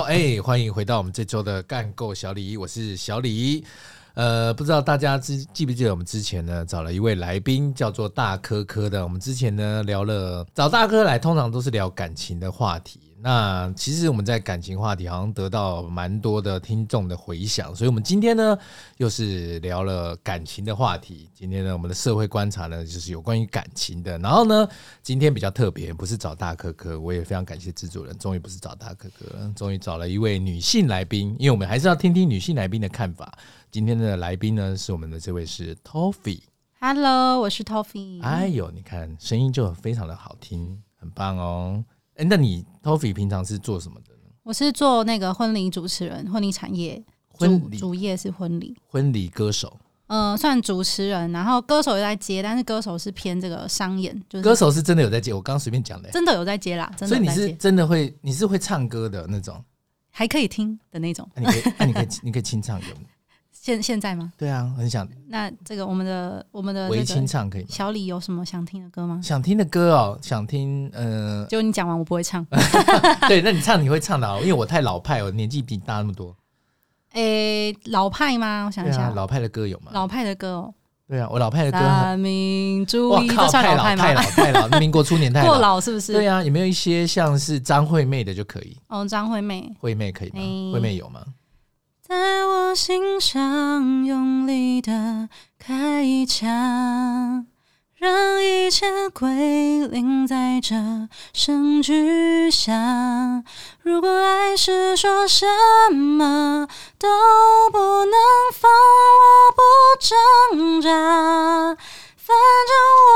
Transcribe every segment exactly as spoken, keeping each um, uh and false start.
哎，欢迎回到我们这周的干够小李，我是小李。呃，不知道大家记不记得我们之前呢找了一位来宾叫做大科科的。我们之前呢聊了找大科来，通常都是聊感情的话题。那其实我们在感情话题好像得到蛮多的听众的回响，所以我们今天呢又是聊了感情的话题。今天呢我们的社会观察呢就是有关于感情的。然后呢今天比较特别，不是找大科科，我也非常感谢制作人，终于不是找大科科了，终于找了一位女性来宾，因为我们还是要听听女性来宾的看法。今天的来宾呢是我们的这位是 Toffee。 Hello， 我是 Toffee。 哎呦，你看声音就非常的好听，很棒哦。欸、那你 Toffee 平常是做什么的呢？ 我是做那个婚礼主持人，婚礼产业， 婚礼主业是婚礼， 婚礼歌手， 呃，算主持人，然后歌手有在接，但是歌手是偏这个商演，就是歌手是真的有在接，我刚刚随便讲的， 真的有在接啦，真的有在接。所以你是真的会，你是会唱歌的那种， 还可以听的那种。 那、啊、你可以，那、啊、你可以，你可以清唱歌吗？ 现现在吗？ 对啊，很想。 那这个我们的我们的微清唱可以吗？ 小李有什么想听的歌吗？ 想听的歌哦，想听呃， 结果你讲完我不会唱。 对，那你唱你会唱的好，因为我太老派，我年纪比你大那么多。 诶、欸，老派吗？我想一下、啊， 老派的歌有吗？ 老派的歌哦。 对啊，我老派的歌三民主义，这算老派吗？ 太老太老，民国初年太老， 过老是不是？ 对啊，有没有一些像是张惠妹的就可以？ 哦，张惠妹， 惠妹可以吗？欸、惠妹有吗？ 在我心上用力的开一枪，让一切归零在这声巨响。如果爱是说什么都不能放，我不挣扎，反正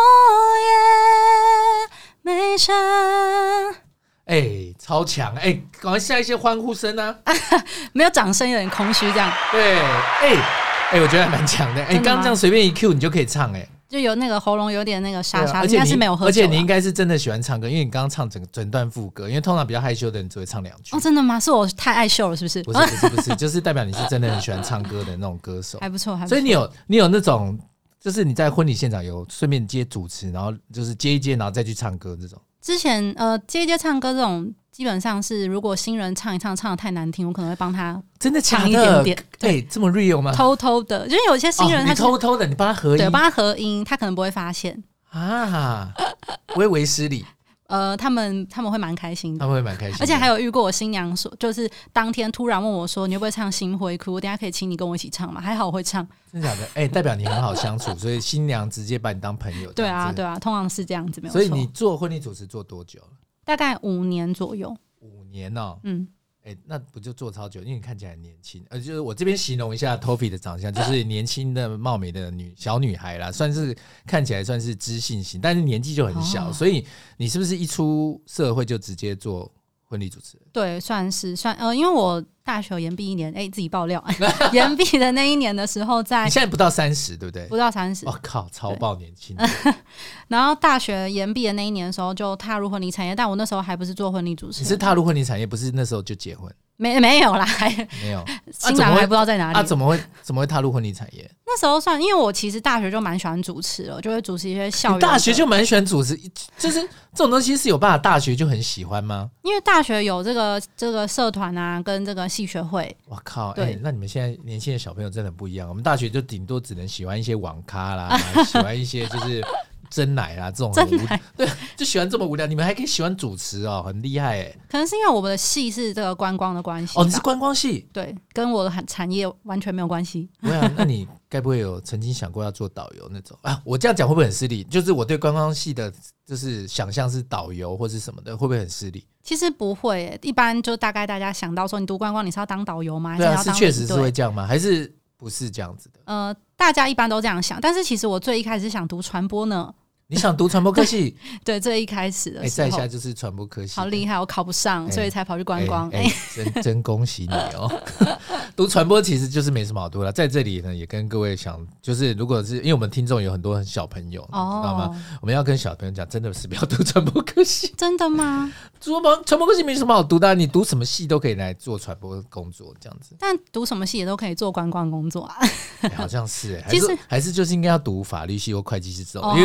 我也没差。 哎、欸，超强！哎、欸，赶快下一些欢呼声啊！ 没有掌声，有点空虚这样。 对，哎、欸，哎、欸，我觉得还蛮强的。哎、欸，刚刚这样随便一 Q 你就可以唱、欸，哎， 就有那个喉咙有点那个沙沙， 啊、 应该是没有喝酒。 而且你应该是真的喜欢唱歌，因为你刚刚唱整整段副歌，因为通常比较害羞的人只会唱两句。 哦，真的吗？是我太爱秀了，是不是？ 不是，不是，不是，就是代表你是真的很喜欢唱歌的那种歌手， 还不错，还不错。 所以你有你有那种，就是你在婚礼现场有顺便接主持，然后就是接一接，然后再去唱歌这种。 之前呃接一接唱歌这种，基本上是如果新人唱一唱唱得太难听，我可能会帮他真的唱一点点。 对，这么 real 吗？ 偷偷的，就是有些新人他、 哦、你偷偷的，你帮他合音， 对，帮他合音，他可能不会发现啊，不会为失礼。 呃，他们他们会蛮开心的， 他们会蛮开心的， 而且还有遇过我新娘说，就是当天突然问我说：“你会不会唱《心灰哭》？我等一下可以请你跟我一起唱吗？”还好我会唱， 真的假的？哎、欸，代表你很好相处，所以新娘直接把你当朋友。 对啊，对啊，通常是这样子，没有错。 所以你做婚礼主持做多久了？ 大概五年左右。 五年哦， 嗯。 哎、欸，那不就做超久？因为你看起来很年轻，呃，就是我这边形容一下 Toffee 的长相，就是年轻的貌美的女小女孩啦，算是看起来算是知性型，但是年纪就很小、哦，所以你是不是一出社会就直接做婚礼主持人？ 对，算是算呃，因为我大学延毕一年，哎、欸，自己爆料，延毕的那一年的时候在， 你现在不到三十，对不对？ 不到三十， 我、哦、靠，超爆年轻。 然后大学延毕的那一年的时候，就踏入婚礼产业，但我那时候还不是做婚礼主持人。 你是踏入婚礼产业，不是那时候就结婚？ 没没有啦， 没有， 新郎还不知道在哪里。 啊，怎么会怎么会踏入婚礼产业？ 那时候算，因为我其实大学就蛮喜欢主持了，就会主持一些校园。 大学就蛮喜欢主持，就是这种东西是有办法大学就很喜欢吗？ 因为大学有这个这个社团啊，跟这个系学会。 我靠，哎、欸，那你们现在年轻的小朋友真的不一样。我们大学就顶多只能喜欢一些网咖啦，喜欢一些就是真奶啦这种很无，对，就喜欢这么无聊。你们还可以喜欢主持哦，很厉害哎、欸。 可能是因为我们的系是这个观光的关系。 哦，你是观光系？ 对，跟我的产业完全没有关系。 对啊，那你该不会有曾经想过要做导游那种啊？我这样讲会不会很失礼？就是我对观光系的，就是想象是导游或是什么的，会不会很失礼？ 其实不会、欸，一般就大概大家想到说，你读观光你是要当导游吗？还是对啊， 要当是确实是会这样吗？还是不是这样子的？ 呃，大家一般都这样想，但是其实我最一开始想读传播呢。 你想读传播科系？ 对，最一开始的时候， 哎、欸，在下就是传播科系， 好厉害，我考不上，欸、所以才跑去观光。哎、 欸欸，真真恭喜你哦！读传播其实就是没什么好读的，在这里呢，也跟各位想，就是如果是因为我们听众有很多小朋友，哦、你知道吗？我们要跟小朋友讲，真的是不要读传播科系。 真的吗？ 传播传播科系没什么好读的、啊，你读什么系都可以来做传播工作，这样子。 但读什么系也都可以做观光工作啊。 欸、好像是哎、欸，还是还是就是应该要读法律系或会计系这种、哦，因为你不会读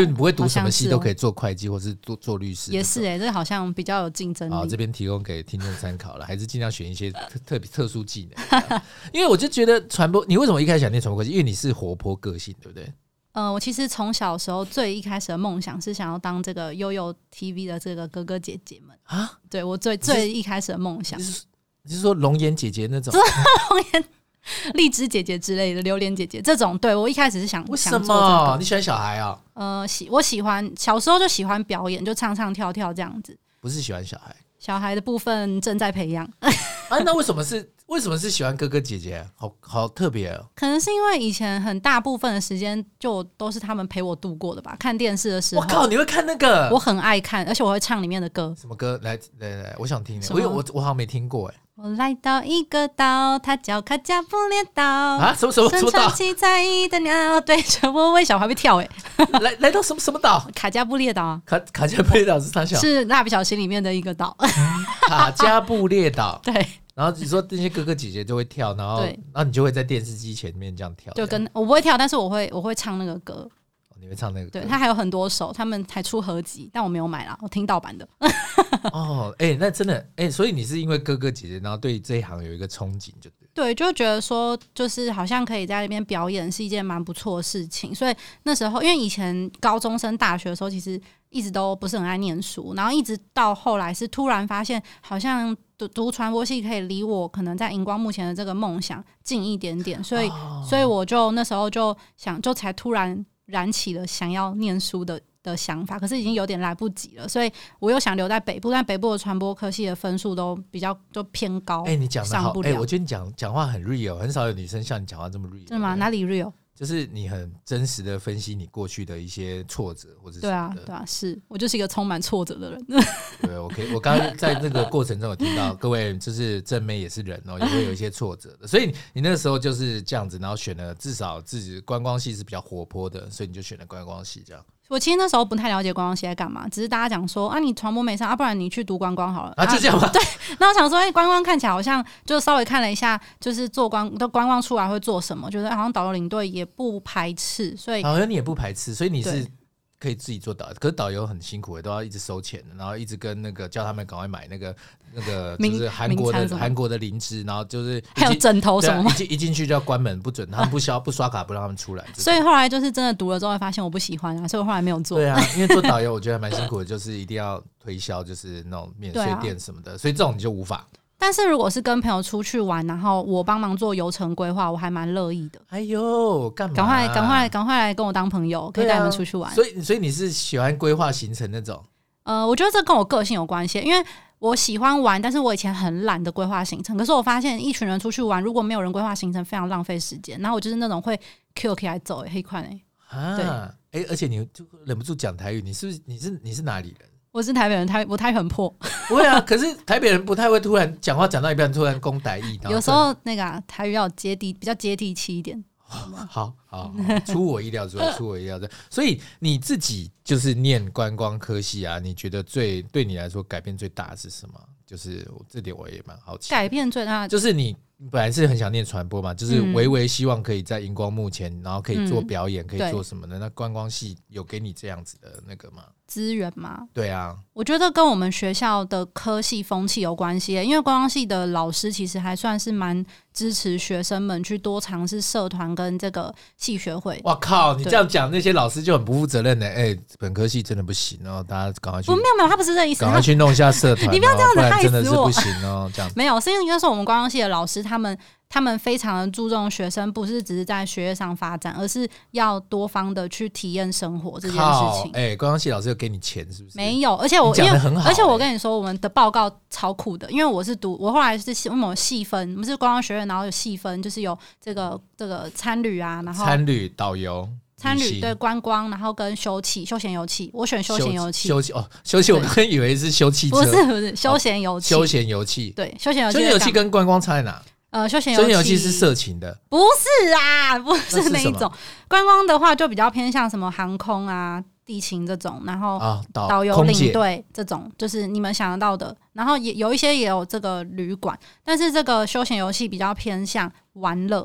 什么系都可以做会计或是做做律师， 也是哎、欸，这好像比较有竞争力。 好，这边提供给听众参考了，还是尽量选一些特特特殊技能。因为我就觉得传播，你为什么一开始想念传播科技？因为你是活泼个性，对不对？ 呃，我其实从小时候最一开始的梦想是想要当这个悠悠 T V 的这个哥哥姐姐们啊。对，我最最一开始的梦想。 你是说龙眼姐姐那种？ 龙眼、荔枝姐姐之类的，榴莲姐姐这种。对，我一开始是想， 为什么、 这个、 你喜欢小孩啊？ 呃，喜我喜欢小时候就喜欢表演，就唱唱跳跳这样子。 不是喜欢小孩， 小孩的部分正在培养。 啊，那为什么是为什么是喜欢哥哥姐姐？好好特别哦。 可能是因为以前很大部分的时间就都是他们陪我度过的吧。看电视的时候， 我靠，你会看那个？ 我很爱看，而且我会唱里面的歌。 什么歌？来来来，我想听。我有我我好像没听过哎。 我来到一个岛，它叫卡加布列岛啊！什么什么什么岛？ 身穿七彩衣的鸟对着我微笑，还会跳哎、 欸！来来到什么什么岛？ 卡加布列岛啊！ 卡卡加布列岛是啥小？ 是蜡笔小新里面的一个岛。 卡加布列岛。 对。 然后你说那些哥哥姐姐就会跳，然后然后你就会在电视机前面这样跳。 就跟我不会跳，但是我会我会唱那个歌。 你会唱那个歌？ 对，他还有很多首，他们还出合集，但我没有买啦，我听盗版的。 哦，哎、欸，那真的哎、欸，所以你是因为哥哥姐姐，然后对这一行有一个憧憬，就对。 对，就觉得说，就是好像可以在那边表演是一件蛮不错的事情，所以那时候因为以前高中生、大学的时候，其实一直都不是很爱念书，然后一直到后来是突然发现，好像读读传播系可以离我可能在荧光幕前的这个梦想近一点点，所以，哦、所以我就那时候就想，就才突然燃起了想要念书的。的想法，可是已经有点来不及了，所以我又想留在北部，但北部的传播科系的分数都比较就偏高。 哎、欸，你讲的好，哎、欸，我觉得你讲讲话很 real， 很少有女生像你讲话这么 real。 真的吗？哪里 real？ 就是你很真实的分析你过去的一些挫折或者。 对啊，对啊，是我就是一个充满挫折的人。 对 ，OK， 我刚刚在那个过程中有听到各位，就是正妹也是人哦，也会有一些挫折的，所以你你那个时候就是这样子，然后选了至少自己观光系是比较活泼的，所以你就选了观光系这样。 我其实那时候不太了解观光系在干嘛，只是大家讲说啊，你传播没上啊，不然你去读观光好了啊，就这样吗？ 对，那我想说，哎、欸，观光看起来好像就稍微看了一下，就是做观的观光出来会做什么，觉得好像导游领队也不排斥，所以好像你也不排斥，所以你是可以自己做导游，可是导游很辛苦的，都要一直收钱，然后一直跟那个叫他们赶快买那个那个就是韩国的韩国的灵芝，然后就是还有枕头什么， 一进一进去就要关门，不准他们不刷不刷卡不让他们出来。 所以后来就是真的读了之后发现我不喜欢啊，所以我后来没有做。 对啊，因为做导游我觉得蛮辛苦的，就是一定要推销，就是那种免税店什么的，啊、所以这种你就无法。 但是如果是跟朋友出去玩，然后我帮忙做游程规划，我还蛮乐意的。 哎呦，干嘛？ 赶快赶快赶快来跟我当朋友，可以带你们出去玩。 啊、所以所以你是喜欢规划行程那种？ 呃，我觉得这跟我个性有关系，因为我喜欢玩，但是我以前很懒得规划行程。可是我发现一群人出去玩，如果没有人规划行程，非常浪费时间。然后我就是那种会 Q 起来走黑款哎， 啊，对，哎，而且你就忍不住讲台语，你是不是你是你是哪里人？ 我是台北人，台我台语很破。 不会啊，可是台北人不太会突然讲话讲到一半突然攻台语， 有时候那个、啊、台语要接地，比较接地气一点。 好好 好, 好，出我意料之外，出我意料之外。所以你自己就是念观光科系啊，你觉得最对你来说改变最大的是什么？就是这点我也蛮好奇。 改变最大就是你本来是很想念传播嘛，就是微微希望可以在荧光幕前，然后可以做表演，嗯、可以做什么的？那观光系有给你这样子的那个吗？ 资源吗？ 对啊， 我觉得跟我们学校的科系风气有关系，因为观光系的老师其实还算是蛮支持学生们去多尝试社团跟这个系学会。 哇靠，你这样讲那些老师就很不负责任的，哎、欸，本科系真的不行哦，大家赶快去。 不，没有没有，他不是这意思， 赶快去弄一下社团、哦， 你不要这样子害死我， 真的是不行哦，这样没有，是因为那时候我们观光系的老师他们。他们非常的注重学生，不是只是在学业上发展，而是要多方的去体验生活这件事情。 哎，欸、观光系老师有给你钱是不是？ 没有，而且我讲得很好、欸， 而且我跟你说，我们的报告超酷的，因为我是读，我后来是我们有细分，我们是观光学院，然后有细分，就是有这个这个参旅啊，然后参旅导游。 参旅对观光，然后跟休憩、休闲游憩，我选休闲游憩。 休憩哦，休憩，我刚刚以为是休汽车， 不是不是休闲游憩、哦， 休闲游憩， 对，休闲游憩。 休闲游憩跟观光差在哪？ 呃，休闲休闲游憩是色情的， 不是啊，不是那一种。观光的话就比较偏向什么航空啊、地勤这种，然后导游领队这种，就是你们想得到的。然后也有一些也有这个旅馆，但是这个休闲游憩比较偏向玩乐。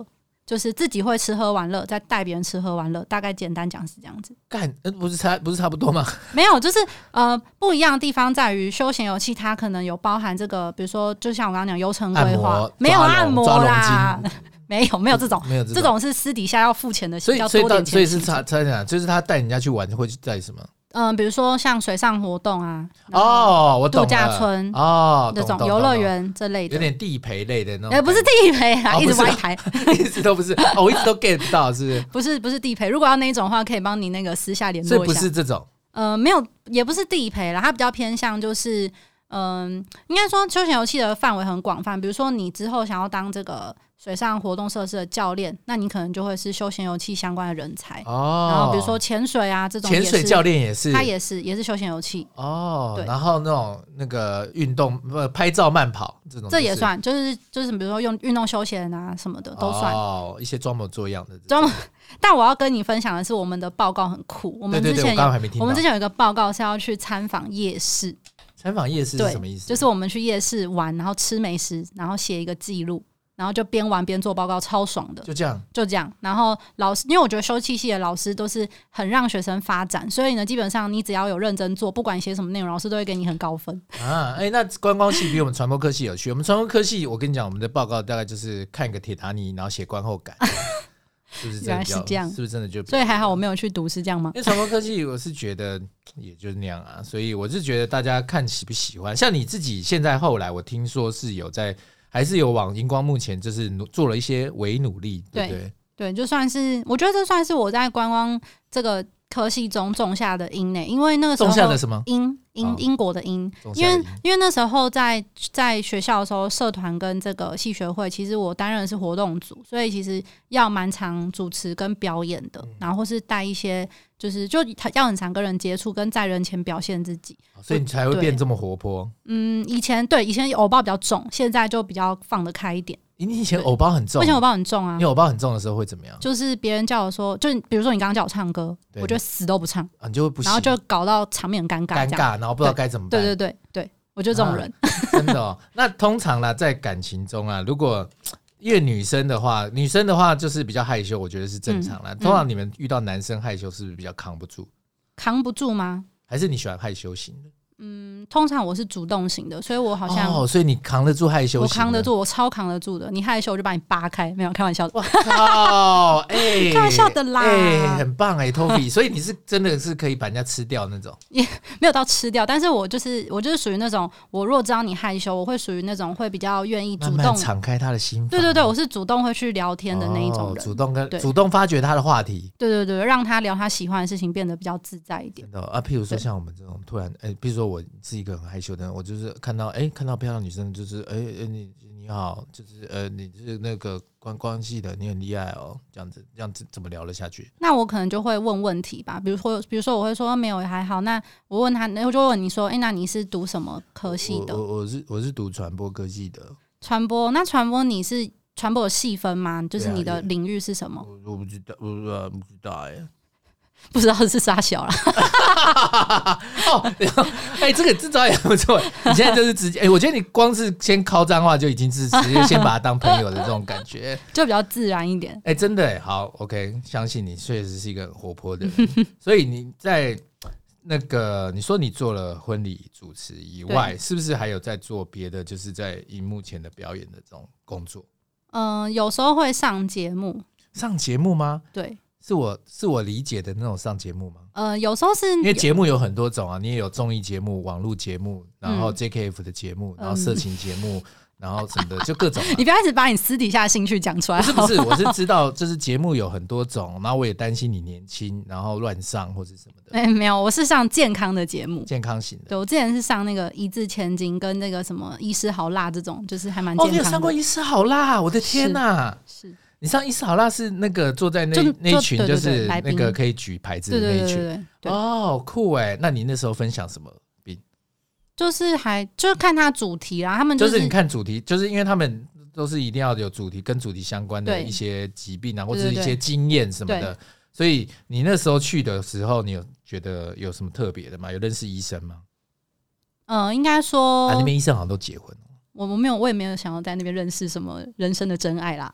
就是自己会吃喝玩乐，再带别人吃喝玩乐，大概简单讲是这样子。 干，呃，不是差不是差不多吗？ 没有，就是呃不一样的地方在于休闲游戏，它可能有包含这个，比如说就像我刚刚讲游程规划，没有按摩啦，没有没有这种， 没有这种， 这种是私底下要付钱的， 所以要多点钱。 所以是差差讲，就是他带人家去玩会带什么？ 嗯、呃，比如说像水上活动啊， 哦，我懂了， 度假村哦， 那种游乐园这类的， 有点地陪类的那种， 哎、欸，不是地陪啊，哦、一直歪台， 一直都不是，哦，我一直都 get 不到，是不是？ 不是不是地陪，如果要那一种的话，可以帮你那个私下联络一下。 所以不是这种， 呃，没有，也不是地陪啦，它比较偏向就是，嗯、呃，应该说休闲游戏的范围很广泛，比如说你之后想要当这个水上活动设施的教练，那你可能就会是休闲游戏相关的人才哦。然后比如说潜水啊这种， 潜水教练也是， 他也是也是休闲游戏哦。对，然后那种那个运动呃拍照慢跑这种、就是， 这也算，就是就是比如说用运动休闲啊什么的都算哦，一些装模作样的装模。但我要跟你分享的是，我们的报告很酷。我们之前有对对对，我刚刚还没听到， 我们之前有一个报告是要去参访夜市。 参访夜市是什么意思？ 就是我们去夜市玩，然后吃美食，然后写一个记录。然后就边玩边做报告，超爽的。 就这样， 就这样。然后老师，因为我觉得修气系的老师都是很让学生发展，所以呢，基本上你只要有认真做，不管写什么内容，老师都会给你很高分啊。哎、欸，那观光系比我们传播科系有趣。我们传播科系，我跟你讲，我们的报告大概就是看个铁达尼，然后写观后感。是不是原来是这样？ 是不是真的就？ 所以还好我没有去读，是这样吗？ 因为传播科技，我是觉得也就是那样啊，所以我是觉得大家看喜不喜欢。像你自己现在后来，我听说是有在，还是有往荧光幕前就是做了一些微努力，对不对？ 对，就算是我觉得这算是我在观光这个科系中种下的因呢、欸，因为那个时候种下的什么因英英国的因，因为因为那时候在在学校的时候，社团跟这个系学会，其实我担任的是活动组，所以其实要蛮常主持跟表演的，嗯、然后或是带一些，就是就要很常跟人接触，跟在人前表现自己， 所以你才会变这么活泼。 嗯，以前对以前偶包比较重，现在就比较放得开一点。 你以前偶包很重， 我以前偶包很重啊。 你偶包很重的时候会怎么样？ 就是别人叫我说，就比如说你刚刚叫我唱歌，我就死都不唱， 啊、你就会不行， 然后就搞到场面很尴尬， 尴尬，然后不知道该怎么办。 对对对对，我就这种人。 啊、真的哦。那通常啦，在感情中啊，如果因为女生的话，女生的话就是比较害羞，我觉得是正常啦。嗯、通常你们遇到男生害羞，是不是比较扛不住？ 扛不住吗？ 还是你喜欢害羞型的？ 嗯，通常我是主动型的，所以我好像哦，所以你扛得住害羞型的， 我扛得住，我超扛得住的。你害羞我就把你扒开，没有开玩笑的。 哇靠，哎、欸， 开玩笑的啦， 哎、欸，很棒哎、欸、，Toby， 所以你是真的是可以把人家吃掉那种， 也没有到吃掉，但是我就是我就是属于那种，我若知道你害羞，我会属于那种会比较愿意主动慢慢敞开他的心房。 对对对，我是主动会去聊天的那一种人， 哦、主动跟主动发掘他的话题。 对对对，让他聊他喜欢的事情，变得比较自在一点。 真的啊，譬如说像我们这种突然，哎、欸，比如说我是一个很害羞的人，我就是看到哎、欸、看到漂亮女生，就是哎哎、欸、你你好，就是呃你是那个观光系的，你很厉害哦，这样子这样子怎么聊得下去？ 那我可能就会问问题吧，比如说比如说我会说没有也还好，那我问他，我就问你说，哎、欸，那你是读什么科系的？ 我 我, 我是我是读传播科系的。 传播，那传播你是传播有细分吗？就是你的领域是什么？ 我我不知道，我不知道哎、欸。 不知道是啥小啦。 哦，哎、欸，这个这招也不错。你现在就是直接，哎、欸，我觉得你光是先敲脏话就已经是直接先把他当朋友的这种感觉， 就比较自然一点。 哎、欸，真的哎，好 ，OK， 相信你确实是一个很活泼的人。所以你在那个你说你做了婚礼主持以外，是不是还有在做别的，就是在荧幕前的表演的这种工作？ 嗯、呃，有时候会上节目。 上节目吗？ 对。 是我是我理解的那种上节目吗？ 呃，有时候是因为节目有很多种啊，你也有综艺节目、网络节目，然后 J K F 的节目，嗯、然后色情节目，嗯、然后什么的，就各种、啊。 你不要一直把你私底下的兴趣讲出来。 不是不是，我是知道，就是节目有很多种，然后我也担心你年轻，然后乱上或者什么的。 哎、欸，没有，我是上健康的节目， 健康型的。 对，我之前是上那个一字千金跟那个什么医师好辣这种，就是还蛮健康的。 哦，你有上过医师好辣，我的天哪、啊！ 是。是你上医师好辣是那个坐在那那一群就是那个可以举牌子的那一群， 对对对对对哦，酷哎！那你那时候分享什么病？ 就是还就是看他主题啦，他们就是、 就是你看主题，就是因为他们都是一定要有主题跟主题相关的一些疾病啊，或者是一些经验什么的，对对对，所以你那时候去的时候，你有觉得有什么特别的吗？有认识医生吗？ 嗯、呃，应该说啊，那边医生好像都结婚了。 我我没有，我也没有想要在那边认识什么人生的真爱啦。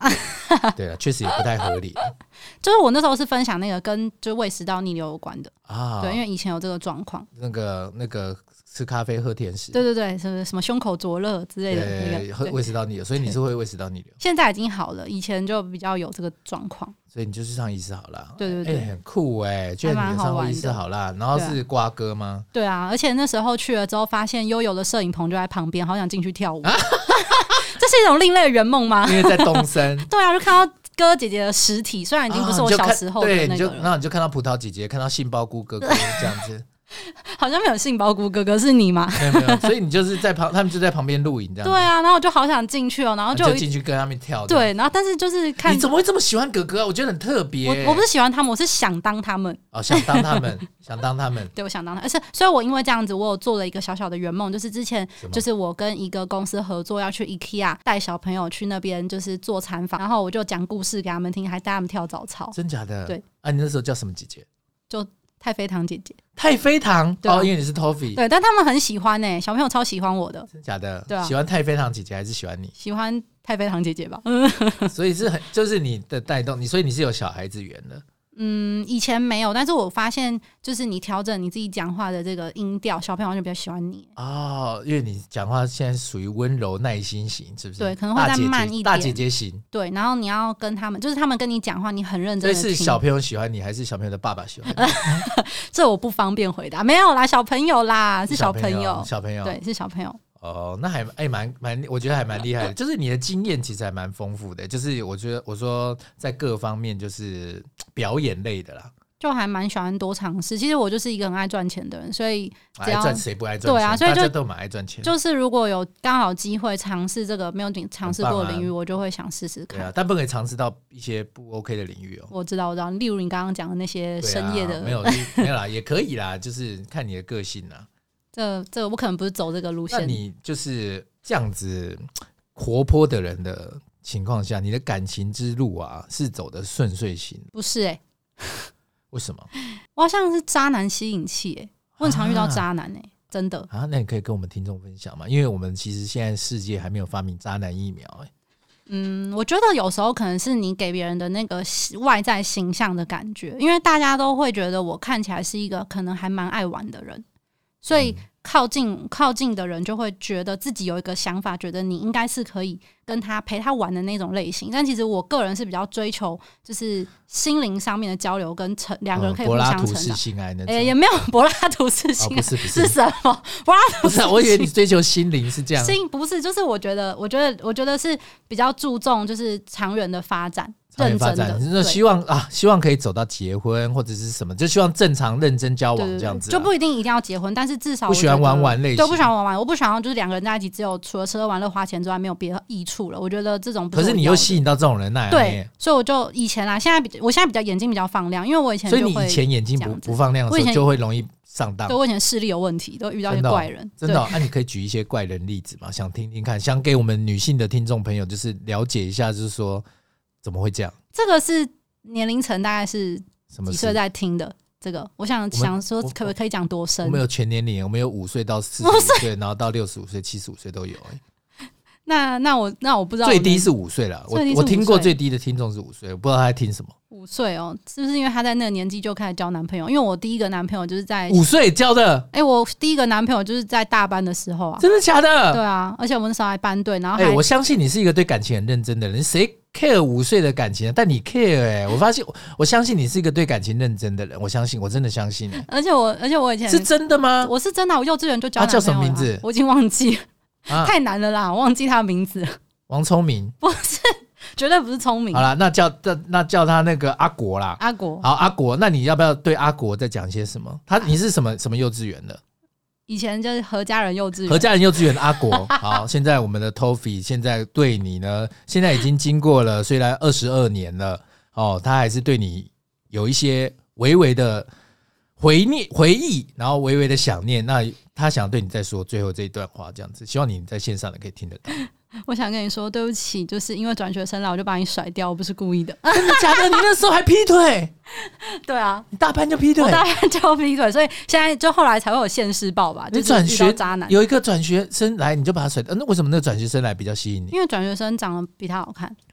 对了，确实也不太合理。 就是我那时候是分享那个跟就胃食道逆流有关的啊， 对，因为以前有这个状况， 那个那个吃咖啡喝甜食， 对对对，什么什么胸口灼热之类的那个， 喝胃食道逆流，所以你是会胃食道逆流。 现在已经好了，以前就比较有这个状况， 所以你就去上医师好啦。 对对对， 欸、很酷哎、欸，居然你上过医师好啦，然后是瓜哥吗？ 对啊，而且那时候去了之后，发现悠悠的摄影棚就在旁边，好想进去跳舞。啊、这是一种另类的圆梦吗？ 因为在东森。 对啊，就看到哥哥姐姐的实体，虽然已经不是我小时候的那个了， 啊、对，你就然后你就看到葡萄姐姐，看到杏鲍菇哥哥这样子。 好像没有杏鲍菇哥哥，是你吗？ 没有没有，所以你就是在旁，他们就在旁边录影这样子。 对啊，然后我就好想进去哦，然后就进去跟他们跳。 对，然后但是就是看你怎么会这么喜欢哥哥啊？我觉得很特别、欸。 我我不是喜欢他们，我是想当他们。 哦，想当他们，想当他们。 对，我想当他们，而且所以，我因为这样子，我有做了一个小小的圆梦，就是之前就是我跟一个公司合作，要去 IKEA 带小朋友去那边就是做参访，然后我就讲故事给他们听，还带他们跳早操。 真假的？ 对。 啊，你那时候叫什么姐姐？ 就太妃糖姐姐。 太妃糖、 啊、 哦，因为你是 Toffee。 对，但他们很喜欢呢、欸，小朋友超喜欢我的。 真假的？ 对啊。 喜欢太妃糖姐姐还是喜欢你？ 喜欢太妃糖姐姐吧。 所以是很就是你的带动你，所以你是有小孩子缘的。 嗯，以前没有，但是我发现就是你调整你自己讲话的这个音调，小朋友就比较喜欢你哦，因为你讲话现在属于温柔耐心型，是不是？ 对，可能会再慢一点， 大姐姐型。 对，然后你要跟他们，就是他们跟你讲话，你很认真的听。 所以是小朋友喜欢你，还是小朋友的爸爸喜欢你？ 这我不方便回答。没有啦，小朋友啦，是小朋友， 小朋友， 对，是小朋友。 哦，那还哎蛮蛮，我觉得还蛮厉害的，就是你的经验其实还蛮丰富的，就是我觉得我说在各方面就是表演类的啦。 就还蛮喜欢多尝试。其实我就是一个很爱赚钱的人，所以只要爱赚谁不爱赚钱？ 对啊，所以就大家都蛮爱赚钱。 就是如果有刚好机会尝试这个没有尝试过的领域，啊、我就会想试试看。 对啊，但不可以尝试到一些不 OK 的领域哦。 我知道，我知道，例如你刚刚讲的那些深夜的， 啊、没有没有啦，也可以啦，就是看你的个性啦。 这这我可能不是走这个路线。 那你就是这样子活泼的人的情况下，你的感情之路啊是走的顺遂型？ 不是哎、欸。 为什么？ 我好像是渣男吸引器哎、欸，我很常遇到渣男哎、欸，真的啊。那你可以跟我们听众分享吗？因为我们其实现在世界还没有发明渣男疫苗哎、欸。 嗯，我觉得有时候可能是你给别人的那个外在形象的感觉，因为大家都会觉得我看起来是一个可能还蛮爱玩的人，所以靠近靠近的人就会觉得自己有一个想法，觉得你应该是可以跟他陪他玩的那种类型。但其实我个人是比较追求就是心灵上面的交流，跟成两个人可以互相成长。柏拉图式性爱那种、 欸、也没有柏拉图式性爱、 哦、不是不是是什么？柏拉图不是、啊，我以为你追求心灵是这样。 心不是，就是我觉得，我觉得，我觉得是比较注重就是长远的发展。认真的， 就是希望啊，希望可以走到结婚或者是什么，就希望正常认真交往这样子、啊， 对对对，就不一定一定要结婚，但是至少不喜欢玩玩类型， 对，不喜欢玩玩，我不喜欢就是两个人在一起，只有除了吃喝玩乐花钱之外没有别的益处了。我觉得这种不是， 可是你又吸引到这种人，那对，所以我就以前啊，现在比我现在比较眼睛比较放亮，因为我以前就会， 所以你以前眼睛不不放亮的时候就会容易上当。 对，我以前视力有问题，都遇到一些怪人。 真的、哦，那、哦啊、你可以举一些怪人例子吗？想听听看，想给我们女性的听众朋友就是了解一下，就是说怎么会这样。 这个是年龄层大概是几岁在听的？这个我想想说，可不可以讲多深？ 我们有全年龄，我们有五岁到四十五岁，然后到六十五岁、七十五岁都有、欸。 那那我那我不知道， 最低是五岁了。我我听过最低的听众是五岁，我不知道他在听什么。 五岁哦，是不是因为他在那个年纪就开始交男朋友？因为我第一个男朋友就是在五岁交的。 哎、欸，我第一个男朋友就是在大班的时候啊。 真的假的？ 对啊，而且我们那时候还班队，然后哎、 欸，我相信你是一个对感情很认真的人，谁 care 五岁的感情？但你 care 哎、欸，我发现我相信你是一个对感情认真的人，我相信，我真的相信、欸。 而且我而且我以前是真的吗？ 我是真的，我幼稚园就交男朋友了。他叫什么名字？ 我已经忘记了， 啊、 太难了啦，我忘记他的名字。 王聪明？ 不是。绝对不是聪明。 好啦，那叫那叫他那个阿国啦。 阿国， 好，阿国，那你要不要对阿国再讲些什么？他你是什么什么幼稚园的？ 以前就是何家人幼稚园， 何家人幼稚园的阿国。好，现在我们的 Toffee 现在对你呢，现在已经经过了虽然二十二年了哦，他还是对你有一些微微的回念回忆，然后微微的想念。那他想对你再说最后这一段话，这样子，希望你在线上的可以听得到。 我想跟你说对不起，就是因为转学生来我就把你甩掉，我不是故意的。 真的假的？你那时候还劈腿？ 对啊， 你大班就劈腿， 我大班就劈腿，所以现在就后来才会有现世报吧。 你转学、 就是、遇到渣男， 有一个转学生来你就把他甩掉，那为什么那个转学生来比较吸引你？ 因为转学生长得比他好看。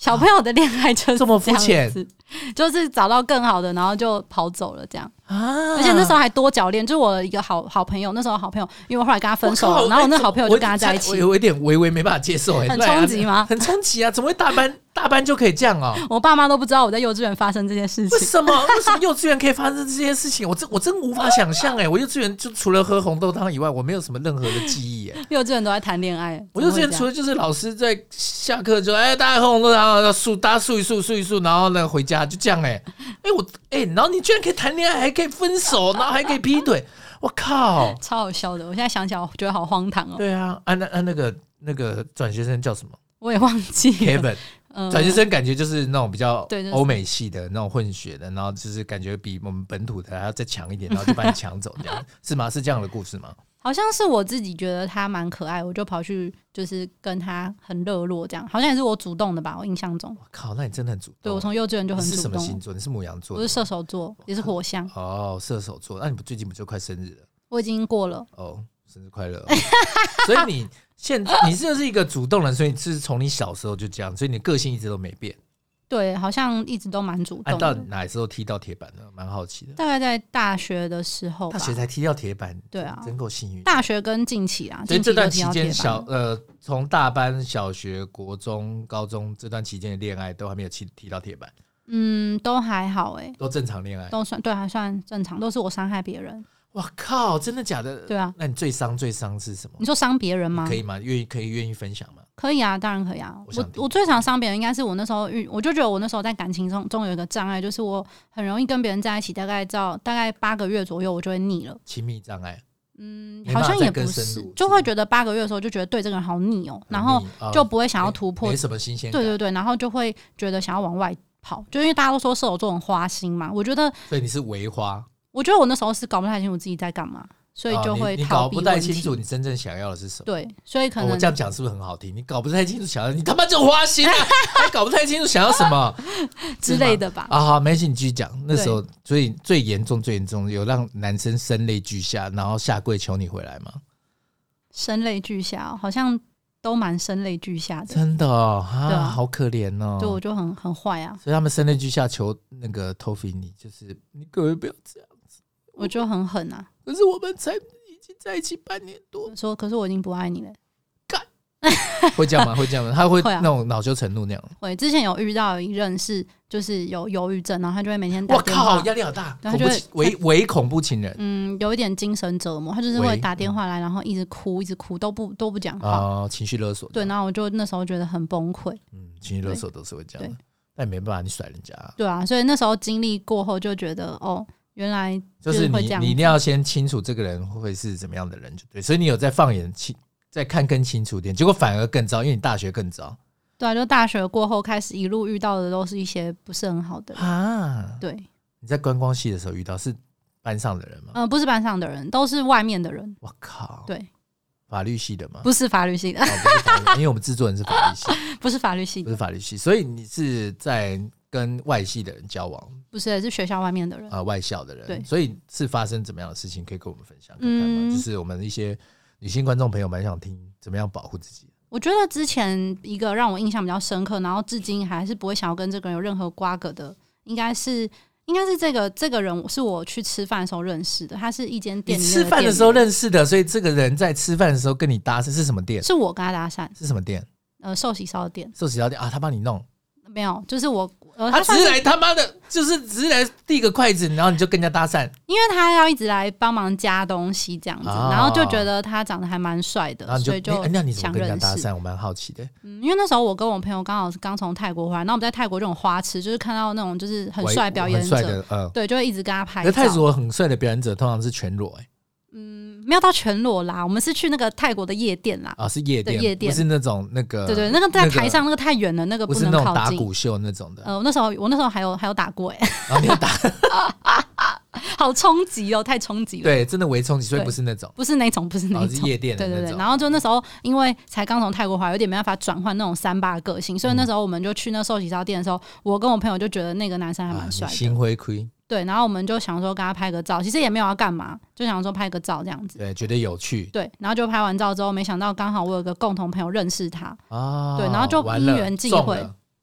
小朋友的恋爱就是这么肤浅， 就是找到更好的，然后就跑走了这样啊！ 而且那时候还多角恋，就是我的一个好好朋友，那时候好朋友，因为我后来跟他分手了，然后我那好朋友就跟他在一起， 我有一点微微没办法接受、欸， 很冲击吗？ 很冲击啊！怎么会大班大班就可以这样啊？ 我爸妈都不知道我在幼稚园发生这件事情， 为什么？为什么幼稚园可以发生这件事情？我真我真无法想象哎、欸！我幼稚园就除了喝红豆汤以外，我没有什么任何的记忆哎、欸。 幼稚园都在谈恋爱， 我幼稚园除了就是老师在下课就哎、欸、大家喝红豆汤，要数大家数一数数一数，然后呢回家就这样哎、欸、哎、欸、我哎、欸，然后你居然可以谈恋爱，还可以分手，然后还可以劈腿，我靠， 超好笑的！我现在想起来，我觉得好荒唐哦。 对啊，啊那啊那个那个转学生叫什么？ 我也忘记了 Kevin。转学生感觉就是那种比较对欧美系的那种混血的，然后就是感觉比我们本土的还要再强一点，然后就把你抢走，这样是吗？是这样的故事吗？ 好像是我自己觉得他蛮可爱，我就跑去就是跟他很热络，这样好像也是我主动的吧，我印象中。 我靠，那你真的很主动。 对，我从幼稚园就很主动。 你是什么星座？你是牡羊座的？ 我是射手座，也是火象。 哦，射手座，那你不最近不就快生日了？ 我已经过了。 哦，生日快乐、哦！所以你现在你就是一个主动人，所以是从你小时候就这样，所以你个性一直都没变。 对，好像一直都蛮主动的。 按、啊、到哪时候踢到铁板呢？蛮好奇的。 大概在大学的时候吧， 大学才踢到铁板， 对啊， 真够幸运。 大学跟近期啊， 所以这段期间小呃，从大班、小学、国中、高中这段期间的恋爱都还没有踢踢到铁板。 嗯，都还好哎、欸， 都正常恋爱， 都算对，还算正常，都是我伤害别人。 哇靠，真的假的？ 对啊， 那你最伤最伤是什么？ 你说伤别人吗？ 可以吗？愿意可以愿意分享吗？ 可以啊，当然可以啊。 我我我最常伤别人应该是我那时候遇，我就觉得我那时候在感情中中有一个障碍，就是我很容易跟别人在一起，大概到大概八个月左右，我就会腻了。 亲密障碍。 嗯，好像也不是，就会觉得八个月的时候就觉得对这个人好腻哦、喔，然后就不会想要突破， 没什么新鲜感。 对对对，然后就会觉得想要往外跑，就因为大家都说射手座很花心嘛，我觉得。 所以你是为花？ 我觉得我那时候是搞不太清楚自己在干嘛。所以就会逃避问题、哦、你, 你搞不太清楚你真正想要的是什么。 对，所以可能、 哦、我这样讲是不是很好听？你搞不太清楚想要，你他妈就花心啊！还搞不太清楚想要什么之类的吧？ 啊，好，没事，你继续讲。那时候，所以最严重、最严重，有让男生声泪俱下，然后下跪求你回来吗？ 声泪俱下，好像都蛮声泪俱下的。 真的哦，啊，啊好可怜哦。 对，我就很很坏啊。 所以他们声泪俱下求那个 Toffee 你，就是你各位不要这样子。 我就很狠啊。 可是我们才已经在一起半年多， 说可是我已经不爱你了， 干会这样吗？会这样吗？他会那种恼羞成怒那样？ 会。之前有遇到一任是就是有忧郁症，然后他就会每天打电话， 我靠，压力好大，恐怖为为恐怖情人， 嗯，有一点精神折磨，他就是会打电话来，然后一直哭，一直哭，都不都不讲话， 哦，情绪勒索。 对，然后我就那时候觉得很崩溃， 嗯，情绪勒索都是会这样的，但没办法，你甩人家、啊， 对啊，所以那时候经历过后就觉得哦。原来就是会这样， 你，你一定要先清楚这个人会是怎么样的人，就对。所以你有在放眼再看更清楚点，结果反而更糟，因为你大学更糟。 对啊，就大学过后开始一路遇到的都是一些不是很好的人啊。对， 你在观光系的时候遇到是班上的人吗？ 嗯、呃，不是班上的人，都是外面的人。 我靠， 对， 法律系的吗？ 不是法律系的， 哦、不是法律，因为我们制作人是法律系， 不是法律系的， 不是法律系，所以你是在跟外系的人交往。 不是，是学校外面的人啊、 呃，外校的人。 对， 所以是发生怎么样的事情，可以跟我们分享看看吗？嗯、就是我们一些女性观众朋友蛮想听怎么样保护自己。 我觉得之前一个让我印象比较深刻，然后至今还是不会想要跟这个人有任何瓜葛的，应该是应该是这个这个人是我去吃饭的时候认识的，他是一间店里面的店员。 你吃饭的时候认识的，所以这个人在吃饭的时候跟你搭讪是什么店？ 是我跟他搭讪。 是什么店？ 呃，寿喜烧店。 寿喜烧店啊，他帮你弄。 没有，就是我，呃、 他只是来他妈的，就是只是来递个筷子，然后你就跟人家搭讪， 因为他要一直来帮忙加东西这样子，哦、然后就觉得他长得还蛮帅的， 然后你就所以就欸、那你怎么跟人家搭讪？我蛮好奇的。 嗯，因为那时候我跟我朋友刚好是刚从泰国回来，然后我们在泰国这种花痴，就是看到那种就是很帅表演者， 的嗯、 对，就会一直跟他拍照。 泰国很帅的表演者通常是全裸、欸， 嗯，没有到全裸啦，我们是去那个泰国的夜店啦。 啊、哦，是夜店， 夜店， 不是那种那个， 对对，那个在台上那个太远了，那个不能靠近。 不是那种打鼓秀那种的。 呃，我那时候我那时候还有还有打过哎、欸， 然后你有打， 好冲击哦，太冲击了。 对，真的微冲击，所以不是那种， 不是那种，不是那种，哦、 是夜店的那种。 对对对，然后就那时候因为才刚从泰国回来，有点没办法转换那种三八的个性，所以那时候我们就去那寿喜烧店的时候，我跟我朋友就觉得那个男生还蛮帅的， 心灰亏。 对，然后我们就想说跟他拍个照，其实也没有要干嘛，就想说拍个照这样子。 对，觉得有趣。 对，然后就拍完照之后，没想到刚好我有个共同朋友认识他， 哦、 对，然后就因缘际会，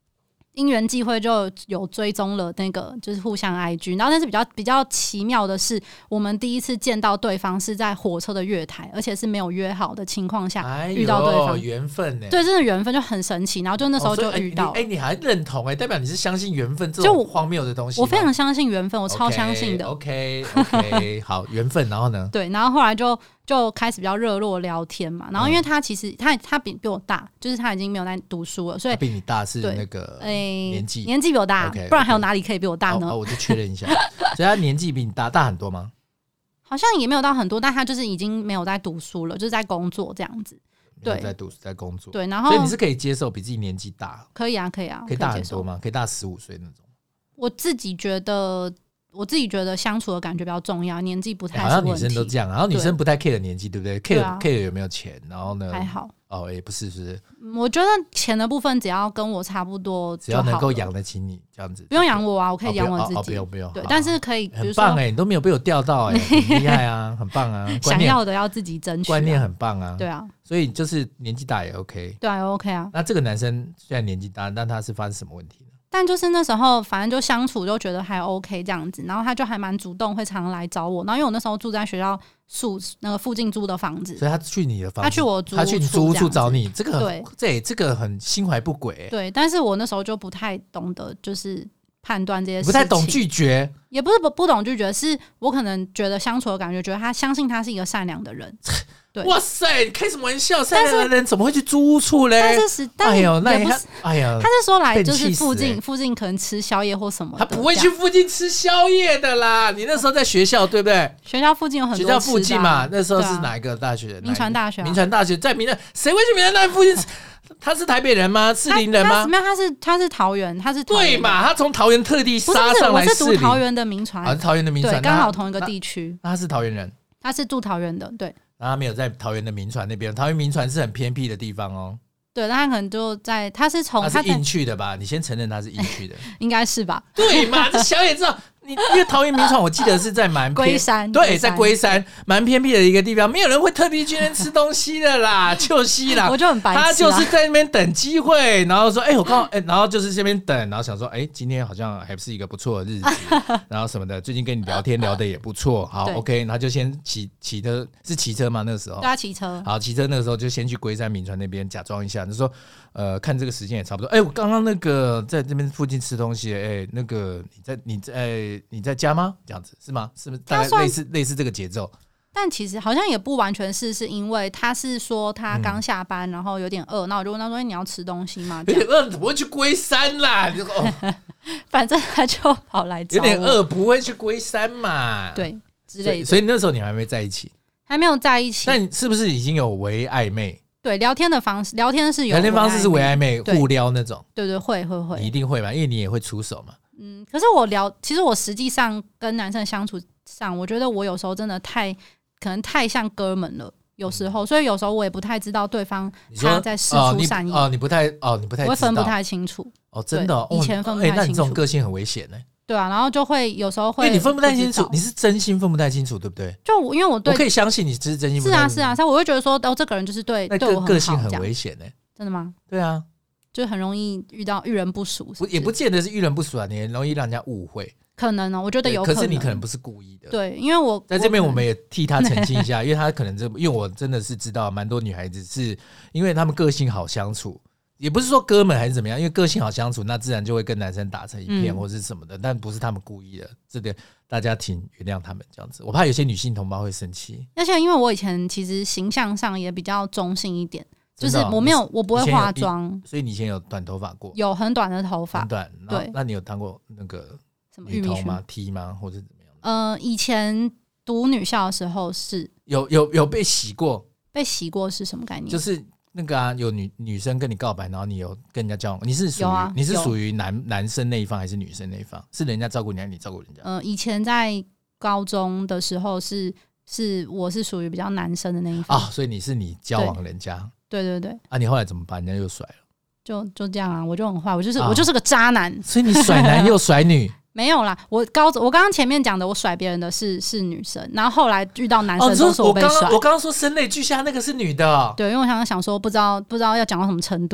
因缘际会就有追踪了那个就是互相 I G， 然后但是比较比较奇妙的是，我们第一次见到对方是在火车的月台，而且是没有约好的情况下遇到对方， 缘分呢？ 对，真的缘分就很神奇，然后就那时候就遇到。 哎、哦欸，你还认同哎、欸，代表你是相信缘分这种荒谬的东西。 我非常相信缘分，我超相信的。 OK OK, okay 好，缘分，然后呢？ 对，然后后来就。就开始比较热络聊天嘛，然后因为他其实他他比比我大，就是他已经没有在读书了，所以他比你大是那个年纪、欸、 年纪比我大， okay, 不然还有哪里可以比我大呢？ 哦哦、我就确认一下，所以他年纪比你大大很多吗？ 好像也没有到很多，但他就是已经没有在读书了，就是在工作这样子。对， 在读在工作。 对，然后所以你是可以接受比自己年纪大？ 可以啊，可以啊， 可以大很多吗？可以大十五岁那种？ 我自己觉得。我自己觉得相处的感觉比较重要，年纪不太是问题。 好像女生都这样，然后女生不太 care 年纪，对不对 ？care、 啊、 care 有没有钱，然后呢？ 还好哦，也不是，是不是？ 我觉得钱的部分只要跟我差不多就好了， 只要能够养得起你，这样子不用养我啊，我可以养我自己。 哦，不用不用， 对，但是可以，比如说很棒哎、欸，你都没有被我钓到哎、欸，很厉害啊，很棒啊， 想要的要自己争取、啊， 观念很棒啊， 对啊， 所以就是年纪大也 OK， 对啊，也 OK 啊。 那这个男生虽然年纪大，但他是发生什么问题呢？ 但就是那时候反正就相处就觉得还 OK 这样子，然后他就还蛮主动，会常来找我。然后因为我那时候住在学校宿那个附近租的房子， 所以他去你的房子， 他去我租他去你租屋处找你，这个对， 这这个很心怀不轨、欸。 对，但是我那时候就不太懂得就是判断这些事情， 不太懂拒绝， 也不是不不懂拒绝，是我可能觉得相处的感觉，觉得他相信他是一个善良的人。对， 哇塞，开什么玩笑？善良的人怎么会去租屋处嘞？ 但是，但哎呦，那也不是， 哎呀， 他是说来就是附近、 欸、 附近可能吃宵夜或什么的， 他不会去附近吃宵夜的啦。你那时候在学校对不对？ 学校附近有很多、啊、 学校附近嘛，那时候是哪一个大学？ 民传大学、啊。 民传大学在民传，谁会去民传大学附近吃？他是台北人吗？士林人吗？ 没有，他是他是桃园，他是对嘛？他从桃园特地杀上来士林。 不是，我是读桃园的民传， 啊，桃园的民传， 对，刚好同一个地区。 他是桃园人， 他是住桃园的，对。 然后他没有在桃园的民传那边，桃园民传是很偏僻的地方哦。 对，但他可能就在，他是从他是硬去的吧？你先承认他是硬去的， 应该是吧？ 对嘛？这小野知道。你因为桃园民传，我记得是在蛮龟山， 对，在龟山蛮偏僻的一个地方，没有人会特地去那边吃东西的啦，就西啦， 我就很白痴、啊， 他就是在那边等机会，然后说，哎、欸，我刚好，哎、欸，然后就是这边等，然后想说，哎、欸，今天好像还是一个不错的日子，然后什么的，最近跟你聊天聊得也不错，好 ，OK， 然后就先骑骑车，是骑车吗？那个时候， 对啊，骑车， 好，骑车那个时候就先去龟山民传那边假装一下，就说，呃，看这个时间也差不多，哎、欸，我刚刚那个在这边附近吃东西，哎、欸，那个你在你在你在家吗？这样子是吗？是不是大概类似类似这个节奏？ 但其实好像也不完全是，是因为他是说他刚下班，嗯、然后有点饿，那我就问他说：“欸、你要吃东西吗？” 有点饿怎么会去龟山啦？就哦、 反正他就跑来找我。 有点饿不会去龟山嘛？ 对，之类的。 所以那时候你还没在一起， 还没有在一起。 但是不是已经有微暧昧？ 对，聊天的方式，聊天是有聊天方式是微暧昧，互撩那种。 对对，会会会， 你一定会吧？因为你也会出手嘛。 嗯，可是我聊，其实我实际上跟男生相处上，我觉得我有时候真的太可能太像哥们了，有时候，所以有时候我也不太知道对方他在释出善意哦，你不太哦，你不太知道， 我会分不太清楚哦，真的、哦， 以前分不太清楚、欸， 那你这种个性很危险呢、欸。 对啊，然后就会有时候会， 因为你分不太清楚，你是真心分不太清楚，对不对？ 就我因为我对我可以相信你是真心分不太清楚， 是啊是啊，所以我会觉得说，哦，这个人就是对对我很好， 个性很危险呢、欸。 真的吗？ 对啊。 就很容易遇到遇人不淑， 也不见得是遇人不淑啊，你很容易让人家误会。 可能哦，我觉得有可能。 可是你可能不是故意的。 对，因为我在这边我们也替他澄清一下，因为他可能这，因为我真的是知道蛮多女孩子是因为他们个性好相处，也不是说哥们还是怎么样，因为个性好相处，那自然就会跟男生打成一片或是什么的，嗯、但不是他们故意的，这点大家请原谅他们这样子。我怕有些女性同胞会生气， 而且因为我以前其实形象上也比较中性一点。就是我没有，我不会化妆， 所以你以前有短头发过？ 有很短的头发， 很短。 对， 那你有当过那个什么女头吗？T 吗？或者怎么样？ 呃，以前读女校的时候是有有有被洗过， 被洗过是什么概念？ 就是那个啊，有女女生跟你告白，然后你有跟人家交往，你是属于、啊、你是属于男男生那一方还是女生那一方？是人家照顾你还是你照顾人家？ 呃，以前在高中的时候是是我是属于比较男生的那一方啊、哦，所以你是你交往人家。 对对对， 啊，你后来怎么办？人家又甩了， 就就这样啊，我就很坏，我就是、啊、我就是个渣男， 所以你甩男又甩女， 没有啦，我高中我刚刚前面讲的，我甩别人的是是女生，然后后来遇到男生都是我被甩。 哦、我刚刚说声泪俱下那个是女的、哦， 对，因为我想想说，不知道不知道要讲到什么程度，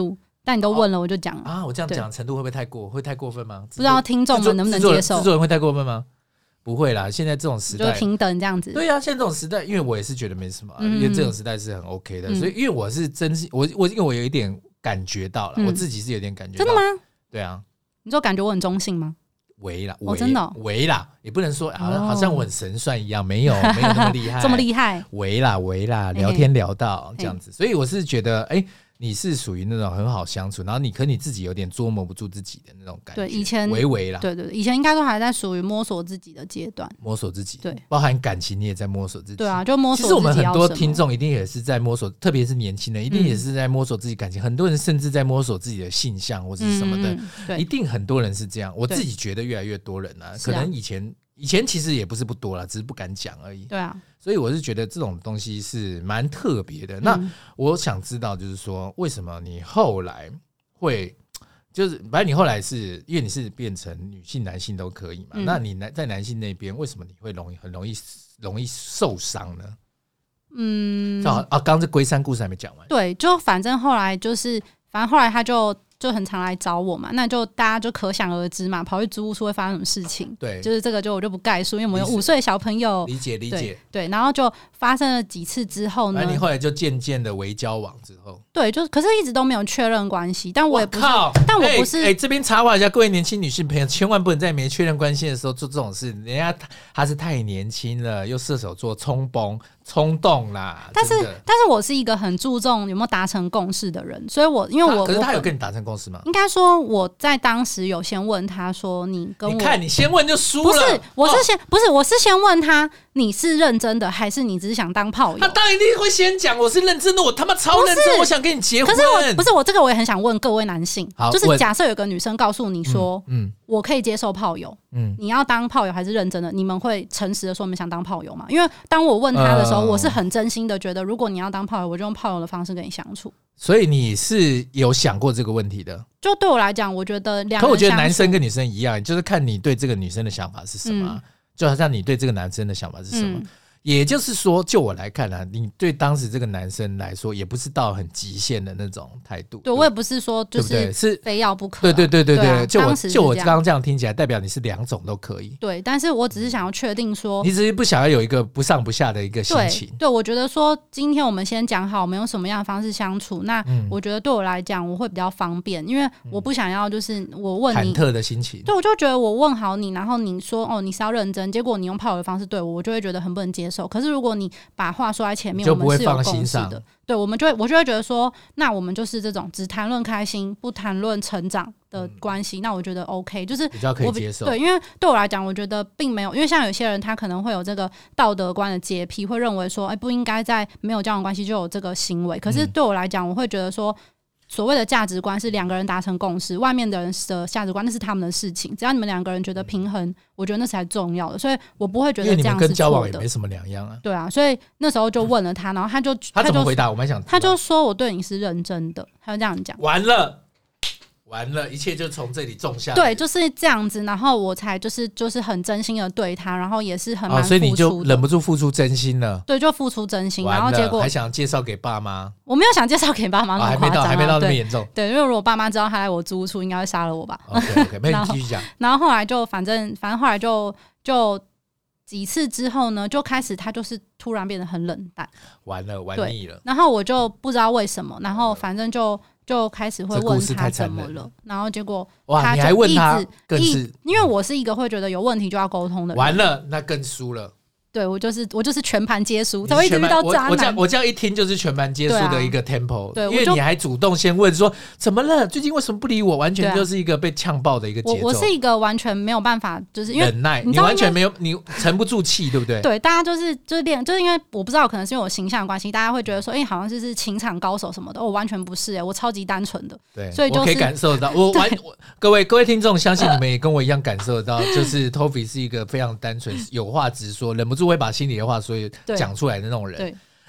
但你都问了，我就讲了啊。我这样讲程度会不会太过？会太过分吗？ 不知道听众们能不能接受？ 制作人会太过分吗？不会啦，现在这种时代就平等这样子。 对啊，现在这种时代，因为我也是觉得没什么、啊，嗯、因为这种时代是很 OK 的，嗯、所以因为我是真心，我我因为我有一点感觉到了，嗯、我自己是有点感觉到。 真的吗？ 对啊。 你说感觉我很中性吗？ 为啦， 哦，真的、哦， 为啦，也不能说好像、哦、好像我很神算一样，没有没有那么厉害， 这么厉害， 为啦为啦，聊天聊到这样子，所以我是觉得，哎、欸。你是属于那种很好相处，然后你可你自己有点捉摸不住自己的那种感觉。 对，以前微微啦， 对对对，以前应该都还在属于摸索自己的阶段， 摸索自己， 对， 包含感情你也在摸索自己。 对啊，就摸索自己。 其实我们很多听众一定也是在摸索，特别是年轻人，一定也是在摸索自己感情。嗯、很多人甚至在摸索自己的性向或者是什么的，嗯嗯一定很多人是这样。我自己觉得越来越多人啊，可能以前。以前其实也不是不多啦，只是不敢讲而已。 对啊， 所以我是觉得这种东西是蛮特别的。嗯、那我想知道，就是说，为什么你后来会，就是反正你后来是因为你是变成女性、男性都可以嘛？嗯、那你在男性那边，为什么你会容易很容易容易受伤呢？嗯，啊，刚刚这龟山故事还没讲完。 对，就反正后来就是，反正后来他就。就很常来找我嘛，那就大家就可想而知嘛，跑去租屋处会发生什么事情。对，就是这个就我就不概述，因为我们有五岁小朋友， 理解理解。 对，然后就发生了几次之后呢， 那你后来就渐渐的微交往之后， 对，就可是一直都没有确认关系，但我也不是，但我不是。 哎、欸欸，这边插话一下，各位年轻女性朋友，千万不能在没确认关系的时候做这种事，人家他是太年轻了，又射手座冲崩。冲动啦， 但是但是我是一个很注重有没有达成共识的人，所以我因为我可是他有跟你达成共识吗？ 应该说我在当时有先问他说你跟我， 你看你先问就输了， 不是，我是先、哦、不是我是先问他你是认真的还是你只是想当炮友？ 他当然一定会先讲我是认真的，我他妈超认真，我想跟你结婚。 可是我不是我这个我也很想问各位男性，就是假设有个女生告诉你说，嗯，嗯我可以接受炮友，嗯，你要当炮友还是认真的？你们会诚实的说你们想当炮友吗？因为当我问他的时候，呃、我是很真心的觉得，如果你要当炮友，我就用炮友的方式跟你相处。 所以你是有想过这个问题的？ 就对我来讲，我觉得两个人相处， 可我觉得男生跟女生一样，就是看你对这个女生的想法是什么、啊，嗯、就好像你对这个男生的想法是什么。嗯也就是说，就我来看啊，你对当时这个男生来说，也不是到很极限的那种态度。 对，我也不是说就是是非要不可、啊。 对对对对 对, 對、啊，就我就我刚刚这样听起来，代表你是两种都可以。 对，但是我只是想要确定说， 你只是不想要有一个不上不下的一个心情。 对，对我觉得说，今天我们先讲好我们用什么样的方式相处。那我觉得对我来讲，我会比较方便，因为我不想要就是我问你忐忑的心情。 对，我就觉得我问好你，然后你说哦你是要认真，结果你用炮友的方式对我，我就会觉得很不能接受。可是如果你把话说在前面，我们是有共识的。对，我们就会我就会觉得说，那我们就是这种只谈论开心，不谈论成长的关系、嗯。那我觉得 OK， 就是比较可以接受。 对，因为对我来讲，我觉得并没有，因为像有些人他可能会有这个道德观的洁癖，会认为说，哎、欸，不应该在没有交往关系就有这个行为。可是对我来讲，我会觉得说。所谓的价值观是两个人达成共识，外面的人的价值观那是他们的事情，只要你们两个人觉得平衡，我觉得那才重要的，所以我不会觉得这样是错的。因为你们跟交往也没什么两样啊。 对啊，所以那时候就问了他，然后他就他怎么回答？我蛮想他就说我对你是认真的，他就这样讲。 完了。完了，一切就从这里种下来。 对，就是这样子，然后我才就是就是很真心的对他，然后也是很蛮付出的、哦、 所以你就忍不住付出真心了。 对，就付出真心，然后结果还想介绍给爸妈。 我没有想介绍给爸妈、哦， 还没到，还没到那么严重。 对，因为如果爸妈知道他来我租屋处，应该会杀了我吧。 OK OK， 没继续讲。 然后后来就反正反正后来就就几次之后呢，就开始他就是突然变得很冷淡。 完了，玩腻了。 然后我就不知道为什么，然后反正就。就开始会问他怎么了，然后结果他就一直更是，因为我是一个会觉得有问题就要沟通的人。 完了，那更输了。 对，我就是我就是全盘皆输，才会一直遇到渣男。 我这样我这样一听就是全盘皆输的一个 tempo， 对、啊， 因为你还主动先问说怎么了，最近为什么不理我，完全就是一个被呛爆的一个节奏。 我我是一个完全没有办法，就是因为忍耐，你, 你完全没有，你沉不住气，对不对？ 对，大家就是就是练，就是因为我不知道，可能是因为我形象的关系，大家会觉得说，哎、欸，好像就是情场高手什么的，我完全不是、欸，哎，我超级单纯的。 对， 所以、就是、 我可以感受到，我完我各位各位听众，相信你们也跟我一样感受到，就是 Tofi 是一个非常单纯、有话直说，忍不住会把心里的话。所以讲出来的那种人，对，哎、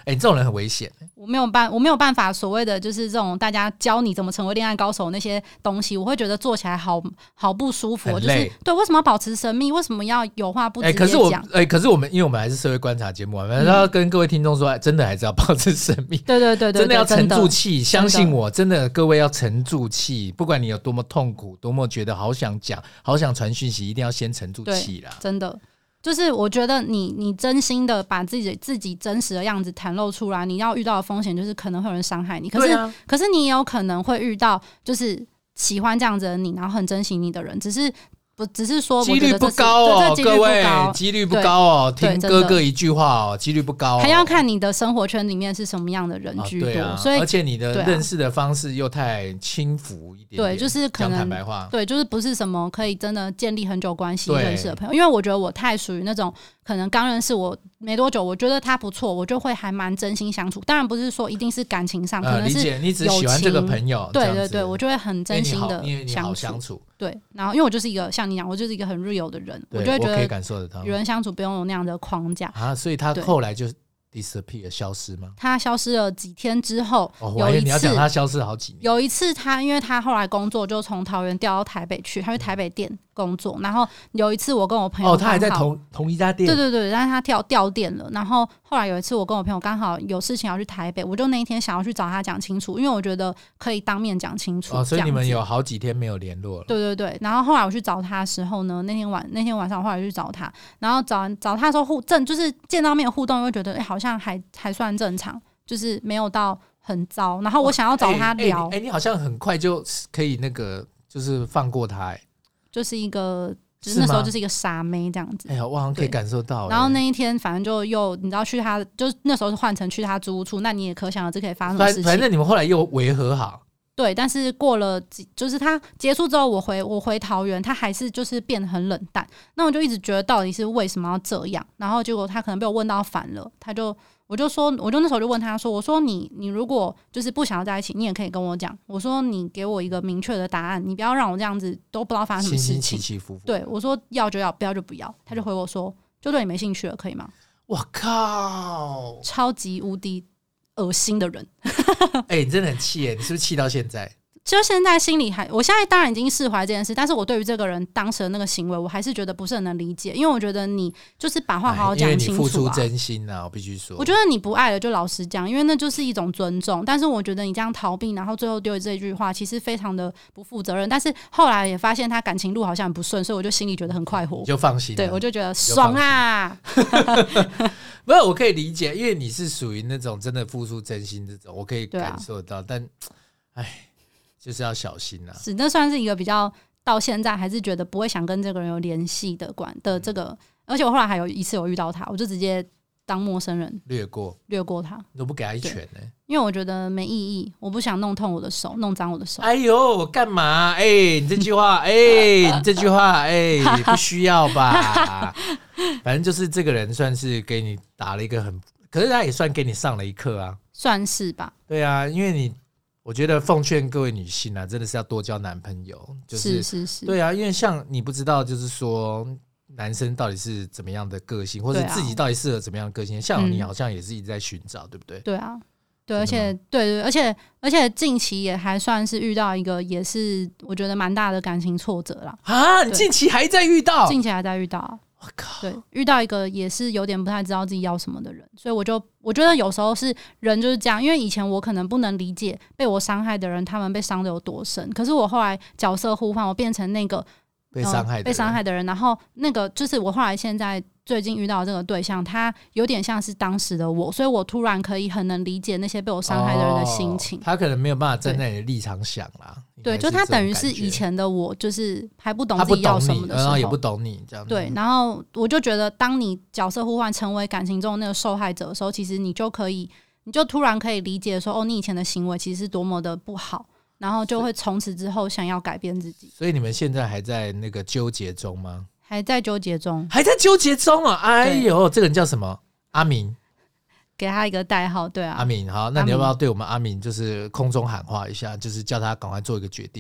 哎、欸，这种人很危险。 我没有办，我没有办法所谓的就是这种大家教你怎么成为恋爱高手那些东西，我会觉得做起来好好不舒服。就是对，为什么要保持神秘？为什么要有话不直接讲？ 哎、欸，可是我，哎、欸，可是我们，因为我们还是社会观察节目，我们要跟各位听众说，真的还是要保持神秘。 对对对对， 真的要沉住气，相信我，真的各位要沉住气，不管你有多么痛苦，多么觉得好想讲，好想传讯息，一定要先沉住气啦。 真的。就是我觉得你你真心的把自己自己真实的样子袒露出来，你要遇到的风险就是可能会有人伤害你，可是、啊、可是你也有可能会遇到就是喜欢这样子的你，然后很珍惜你的人，只是不只是说几率不高哦，各位几率不高哦，听哥哥一句话哦，几率不高、哦， 还要看你的生活圈里面是什么样的人居多， 啊啊、 所以而且你的认识的方式又太轻浮一点点， 对，就是可能讲坦白话， 对，就是不是什么可以真的建立很久关系认识的朋友，因为我觉得我太属于那种可能刚认识我没多久，我觉得他不错，我就会还蛮真心相处。当然不是说一定是感情上，可能是友情、呃、 你只喜欢这个朋友， 对对对，我就会很真心的因为你好相处。 对，然后因为我就是一个像你讲，我就是一个很 real 的人，我就会觉得与人相处不用有那样的框架啊。所以他后来就 disappear 消失吗？ 他消失了几天之后， 哦、有一次你要讲他消失了好几年。 有一次他，因为他后来工作就从桃园调到台北去，他去台北店工作。然后有一次我跟我朋友， 哦，他还在同同一家店， 对对对，但是他调调店了。然后后来有一次我跟我朋友刚好有事情要去台北，我就那一天想要去找他讲清楚，因为我觉得可以当面讲清楚。 哦，所以你们有好几天没有联络了。 对对对，然后后来我去找他的时候呢，那天晚那天晚上我后来去找他，然后找找他的时候互正就是见到面互动，又觉得哎、欸、好像还还算正常，就是没有到很糟。然后我想要找他聊， 哎、欸欸欸，你好像很快就可以那个就是放过他、欸， 就是一个。就是那时候就是一个傻妹这样子， 哎呀，我好像可以感受到、欸。 然后那一天反正就又你知道去他，就那时候是换成去他租屋处，那你也可想而知可以发生什么事情。 反正你们后来又维和好。 对，但是过了就是他结束之后，我回我回桃园，他还是就是变得很冷淡。那我就一直觉得到底是为什么要这样？然后结果他可能被我问到烦了，他就我就说，我就那时候就问他说：“我说你你如果就是不想要在一起，你也可以跟我讲。我说你给我一个明确的答案，你不要让我这样子都不知道发生什么事情。” 起起伏伏。 对，我说要就要，不要就不要。他就回我说：“就对你没兴趣了，可以吗？” 我靠， 超级无敌恶心的人！ 哎、欸，你真的很气耶！你是不是气到现在？ 就现在心里还，我现在当然已经释怀这件事，但是我对于这个人当时的那个行为，我还是觉得不是很能理解，因为我觉得你就是把话好好讲清楚、啊、因为你付出真心啊，我必须说， 我觉得你不爱了就老实讲，因为那就是一种尊重。但是我觉得你这样逃避，然后最后丢这句话，其实非常的不负责任。但是后来也发现他感情路好像很不顺，所以我就心里觉得很快活， 你就放心了。 对，我就觉得爽啊！ 不是，我可以理解，因为你是属于那种真的付出真心这种，我可以感受到。啊、但，哎。就是要小心啊！ 是，那算是一个比较到现在还是觉得不会想跟这个人有联系的管的这个，而且我后来还有一次有遇到他，我就直接当陌生人略过略过他， 你都不给他一拳呢、欸？ 因为我觉得没意义，我不想弄痛我的手，弄脏我的手。 哎呦，干嘛？哎、欸，你这句话，哎、欸，你这句话，哎、欸，不需要吧？反正就是这个人算是给你打了一个很，可是他也算给你上了一课啊， 算是吧？ 对啊，因为你。我觉得奉劝各位女性啊，真的是要多交男朋友，就是是是是， 对啊，因为像你不知道，就是说男生到底是怎么样的个性，或者自己到底适合怎么样的个性。啊、像你好像也是一直在寻找，嗯、对不对？ 对啊，对，而且对对，而且而且近期也还算是遇到一个，也是我觉得蛮大的感情挫折啦。 啊，你近期还在遇到？ 近期还在遇到。 我靠！ 对，遇到一个也是有点不太知道自己要什么的人，所以我就我觉得有时候是人就是这样，因为以前我可能不能理解被我伤害的人，他们被伤得有多深，可是我后来角色互换，我变成那个被伤害的人、呃、 被伤害的人，然后那个就是我后来现在最近遇到的这个对象，他有点像是当时的我，所以我突然可以很能理解那些被我伤害的人的心情。 哦、他可能没有办法站在你的立场想啦。 对，就他等于是以前的我，就是还不懂自己要什么的时候， 然后也不懂你这样子。 对，然后我就觉得，当你角色互换成为感情中的那个受害者的时候，其实你就可以，你就突然可以理解说，哦，你以前的行为其实是多么的不好，然后就会从此之后想要改变自己。 所以你们现在还在那个纠结中吗？ 还在纠结中， 还在纠结中啊！哎呦，这个人叫什么？阿明。 给他一个代号，对啊， 阿明。好，那你要不要对我们阿明就是空中喊话一下，就是叫他赶快做一个决定呢？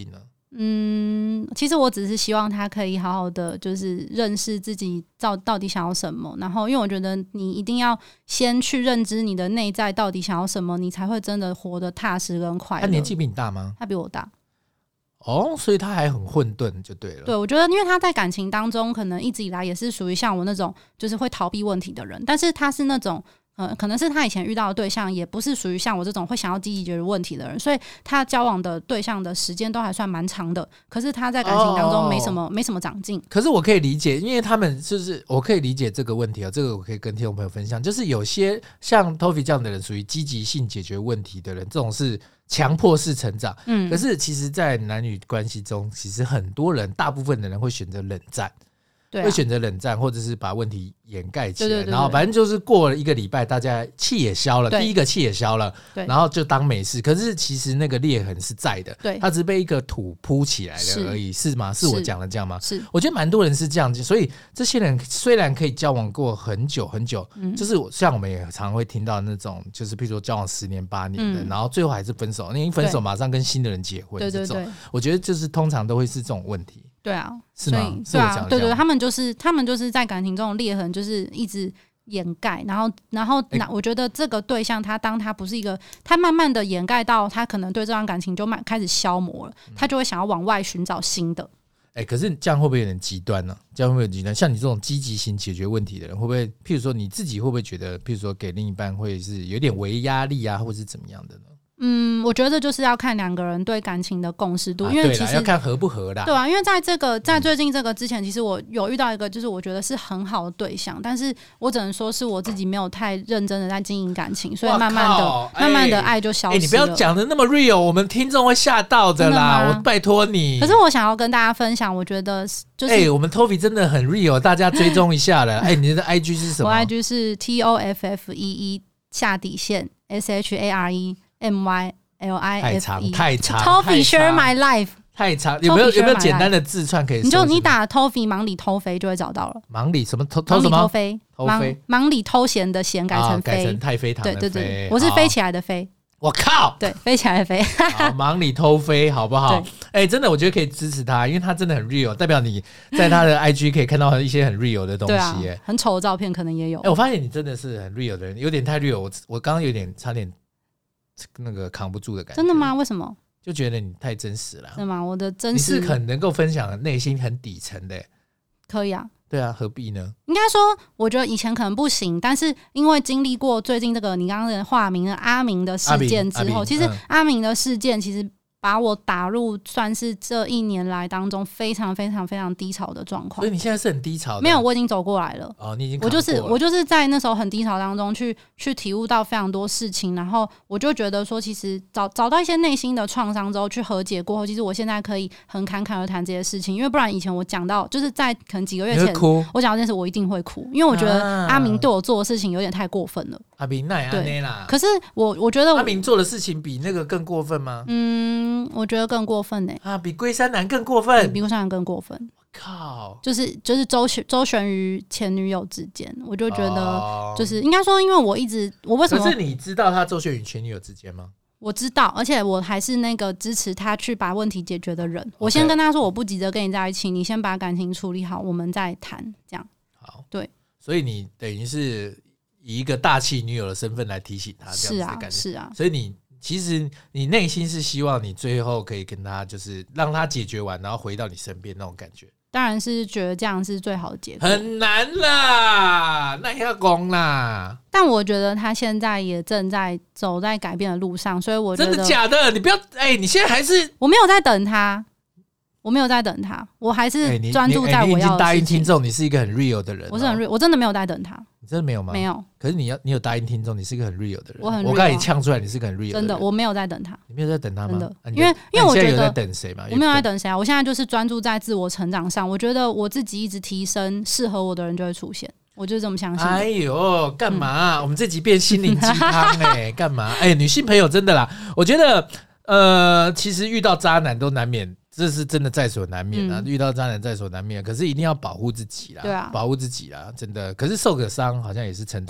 嗯，其实我只是希望他可以好好的就是认识自己到到底想要什么，然后因为我觉得你一定要先去认知你的内在到底想要什么，你才会真的活得踏实跟快乐。 他年纪比你大吗？ 他比我大。 哦，所以他还很混沌就对了。 对，我觉得因为他在感情当中可能一直以来也是属于像我那种就是会逃避问题的人，但是他是那种呃，可能是他以前遇到的对象也不是属于像我这种会想要积极解决问题的人，所以他交往的对象的时间都还算蛮长的，可是他在感情当中没什么、哦、没什么长进。 可是我可以理解，因为他们就是我可以理解这个问题啊，这个我可以跟听众朋友分享，就是有些像 Toffee 这样的人属于积极性解决问题的人，这种是强迫式成长。嗯，可是其实在男女关系中，其实很多人大部分的人会选择冷战。对啊、会选择冷战，或者是把问题掩盖起来，对对对对，然后反正就是过了一个礼拜，大家气也消了，第一个气也消了，然后就当没事。可是其实那个裂痕是在的，它只是被一个土铺起来了而已，是吗？是我讲的这样吗？是，我觉得蛮多人是这样，所以这些人虽然可以交往过很久很久，嗯、就是像我们也常会听到那种，就是譬如说交往十年八年的，嗯、然后最后还是分手，因为分手马上跟新的人结婚，这种，我觉得就是通常都会是这种问题。 对啊， 是吗？ 对啊，对对，他们就是他们就是在感情中的裂痕，就是一直掩盖，然后然后那我觉得这个对象他当他不是一个，他慢慢的掩盖到他可能对这段感情就慢开始消磨了，他就会想要往外寻找新的。 哎、欸，可是这样会不会有点极端呢、啊？这样会不会有点极端？像你这种积极型解决问题的人，会不会？譬如说你自己会不会觉得，譬如说给另一半会是有点微压力啊，或是怎么样的呢？ 嗯，我觉得就是要看两个人对感情的共识度，啊、因为其实要看合不合啦。 对啊，因为在这个在最近这个之前，其实我有遇到一个，就是我觉得是很好的对象，但是我只能说是我自己没有太认真的在经营感情，所以慢慢的、欸、慢慢的爱就消失了。欸、 你不要讲的那么 real， 我们听众会吓到的啦，我拜托你。 可是我想要跟大家分享，我觉得就是， 哎、欸，我们 Toffee 真的很 real， 大家追踪一下了。哎、欸，你的 I G 是什么？ 我 I G 是 T O F F E E 下底线 S H A R E M Y。L I F E 太长 Toffee share my life 太长，有没有有没有简单的字串可以？ 你就你打 Toffee 忙里偷飞就会找到了。 忙里什么偷偷什么？ 偷飞，忙忙里偷闲的闲改成飞， 改成太妃糖的飞。 对对对，我是飞起来的飞。 我靠！ 对，飞起来的飞。 忙里偷飞，好不好？哎、欸，真的，我觉得可以支持他，因为他真的很 real， 代表你在他的 I G 可以看到一些很 real 的东西。 对啊，很丑的照片可能也有。 哎、欸，我发现你真的是很 real 的人，有点太 real 我。我我刚刚有点差点。那个扛不住的感觉。 真的吗？为什么？ 就觉得你太真实了。 是吗？我的真实， 你是很能够分享内心很底层的。 可以啊。 对啊，何必呢？ 应该说，我觉得以前可能不行，但是因为经历过最近这个你刚刚的化名的阿明的事件之后，其实阿明的事件其实把我打入算是这一年来当中非常非常非常低潮的状况。 所以你现在是很低潮的？ 没有，我已经走过来了。 哦，你已经我就是我就是在那时候很低潮当中去去体悟到非常多事情，然后我就觉得说，其实找找到一些内心的创伤之后去和解过后，其实我现在可以很侃侃而谈这些事情，因为不然以前我讲到就是在可能几个月前我讲到这件事，我一定会哭，因为我觉得阿明对我做的事情有点太过分了。 阿明那也那啦。 可是我我觉得阿明做的事情比那个更过分吗？ 嗯，我觉得更过分呢、欸。 啊，比龟山南更过分， 比龟山南更过分。 靠， 就是就是周旋周旋于前女友之间，我就觉得就是、哦、应该说，因为我一直我为什么？ 可是你知道他周旋于前女友之间吗？ 我知道，而且我还是那个支持他去把问题解决的人。Okay. 我先跟他说，我不急着跟你在一起，你先把感情处理好，我们再谈。这样好，对。 所以你等于是以一个大气女友的身份来提醒他，这样子的感觉是啊，是啊。 所以你。其实你内心是希望你最后可以跟他就是让他解决完，然后回到你身边那种感觉。 当然是觉得这样是最好的结果。 很难啦，那也要攻啦。 但我觉得他现在也正在走在改变的路上，所以我觉得真的假的？你不要哎、欸，你现在还是我没有在等他，我没有在等他，我还是专注在我要的事情。欸、你, 你, 你已经答应听众，你是一个很 real 的人、哦。 我是很 real， 我真的没有在等他。 真的没有吗？ 没有。 可是你要，你有答应听众，你是一个很 real 的人。 我很 real， 我刚才也呛出来，你是个很 real 的人。 真的，我没有在等他。 你没有在等他吗？ 真的， 啊、 因为因为我觉得有在等谁嘛？ 我没有在等谁啊！我现在就是专注在自我成长上。我觉得我自己一直提升，适合我的人就会出现。我就这么相信。 哎呦，干嘛、啊嗯？我们这集变心灵鸡汤哎，干嘛？哎，女性朋友真的啦，我觉得呃，其实遇到渣男都难免。这是真的在所难免啊、嗯！遇到渣男在所难免，可是一定要保护自己啦， 对啊， 保护自己啦，真的。可是受个伤好像也是成长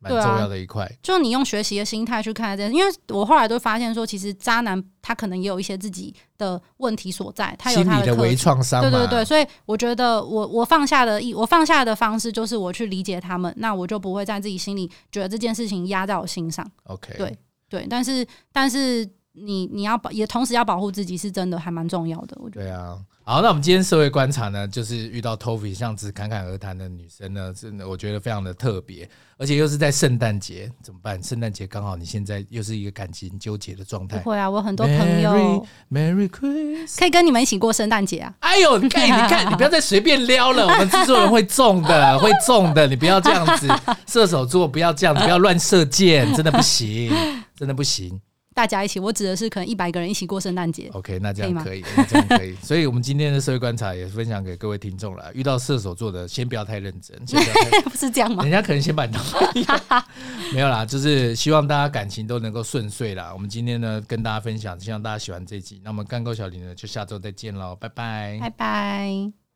蛮重要的一块、啊。 就你用学习的心态去看这件事，因为我后来都发现说，其实渣男他可能也有一些自己的问题所在，他有他的心理的微创伤嘛。 对对对，所以我觉得我我放下的我放下的方式就是我去理解他们，那我就不会在自己心里觉得这件事情压在我心上。 OK， 对对，但是但是你你要保也同时要保护自己，是真的还蛮重要的，我觉得。 对啊。好，那我们今天社会观察呢，就是遇到 Tofi 这样子侃侃而谈的女生呢，真的我觉得非常的特别，而且又是在圣诞节，怎么办？圣诞节刚好你现在又是一个感情纠结的状态。 不会啊，我有很多朋友 Merry, Merry Christmas 可以跟你们一起过圣诞节啊。 哎呦，你看你看，你不要再随便撩了，我们制作人会中的，会中的，你不要这样子，射手座不要这样子，不要乱射箭，真的不行，真的不行。 大家一起，我指的是可能一百个人一起过圣诞节。 OK， 那这样可以，那这样可以。所以我们今天的社会观察也分享给各位听众了。遇到射手座的，先不要太认真，先不要太不是这样吗？ 人家可能先把你当没有啦，就是希望大家感情都能够顺遂啦。我们今天呢跟大家分享，希望大家喜欢这一集。那我们干够小林呢，就下周再见喽，拜拜， 拜拜。